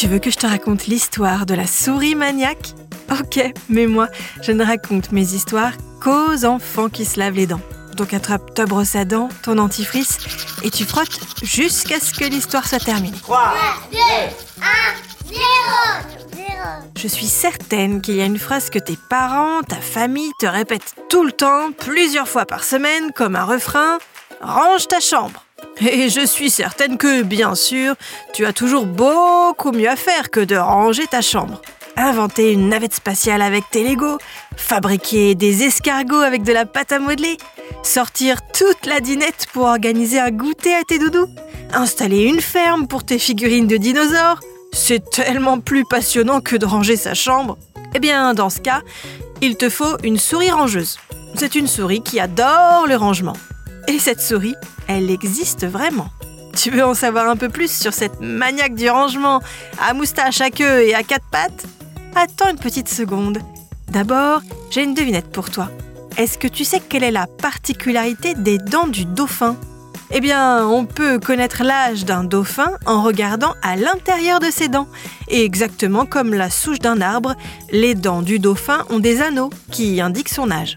veux que je te raconte l'histoire de la souris maniaque ? Ok, mais moi, je ne raconte mes histoires qu'aux enfants qui se lavent les dents. Donc attrape ta brosse à dents, ton dentifrice, et tu frottes jusqu'à ce que l'histoire soit terminée. 3, 2, 1, 0. Je suis certaine qu'il y a une phrase que tes parents, ta famille te répètent tout le temps, plusieurs fois par semaine, comme un refrain « Range ta chambre ». Et je suis certaine que, bien sûr, tu as toujours beaucoup mieux à faire que de ranger ta chambre. Inventer une navette spatiale avec tes Legos, fabriquer des escargots avec de la pâte à modeler, sortir toute la dinette pour organiser un goûter à tes doudous, installer une ferme pour tes figurines de dinosaures. C'est tellement plus passionnant que de ranger sa chambre. Eh bien, dans ce cas, il te faut une souris rangeuse. C'est une souris qui adore le rangement. Et cette souris, elle existe vraiment. Tu veux en savoir un peu plus sur cette maniaque du rangement à moustache, à queue et à 4 pattes ? Attends une petite seconde. D'abord, j'ai une devinette pour toi. Est-ce que tu sais quelle est la particularité des dents du dauphin ? Eh bien, on peut connaître l'âge d'un dauphin en regardant à l'intérieur de ses dents. Et exactement comme la souche d'un arbre, les dents du dauphin ont des anneaux qui indiquent son âge.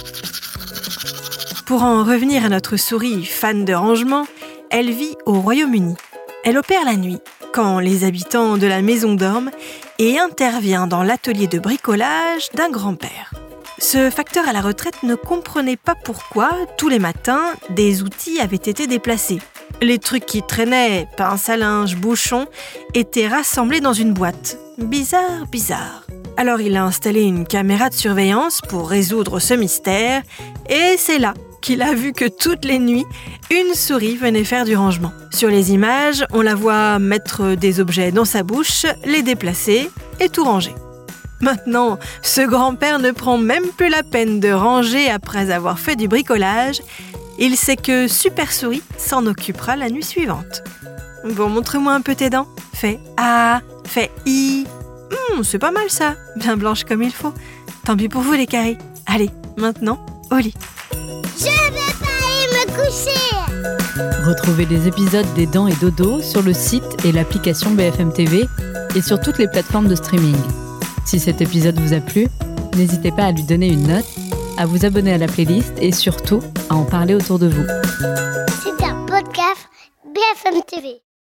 Pour en revenir à notre souris fan de rangement, elle vit au Royaume-Uni. Elle opère la nuit, quand les habitants de la maison dorment, et intervient dans l'atelier de bricolage d'un grand-père. Ce facteur à la retraite ne comprenait pas pourquoi, tous les matins, des outils avaient été déplacés. Les trucs qui traînaient, pince à linge, bouchons, étaient rassemblés dans une boîte. Bizarre. Alors il a installé une caméra de surveillance pour résoudre ce mystère, et c'est là qu'il a vu que toutes les nuits, une souris venait faire du rangement. Sur les images, on la voit mettre des objets dans sa bouche, les déplacer et tout ranger. Maintenant, ce grand-père ne prend même plus la peine de ranger après avoir fait du bricolage. Il sait que Super Souris s'en occupera la nuit suivante. Bon, montre-moi un peu tes dents. Fais A, fais I. C'est pas mal ça, bien blanche comme il faut. Tant pis pour vous les caries. Allez, maintenant, au lit. Je vais pas aller me coucher. Retrouvez les épisodes des Dents et Dodo sur le site et l'application BFM TV et sur toutes les plateformes de streaming. Si cet épisode vous a plu, n'hésitez pas à lui donner une note, à vous abonner à la playlist et surtout à en parler autour de vous. C'est un podcast BFM TV.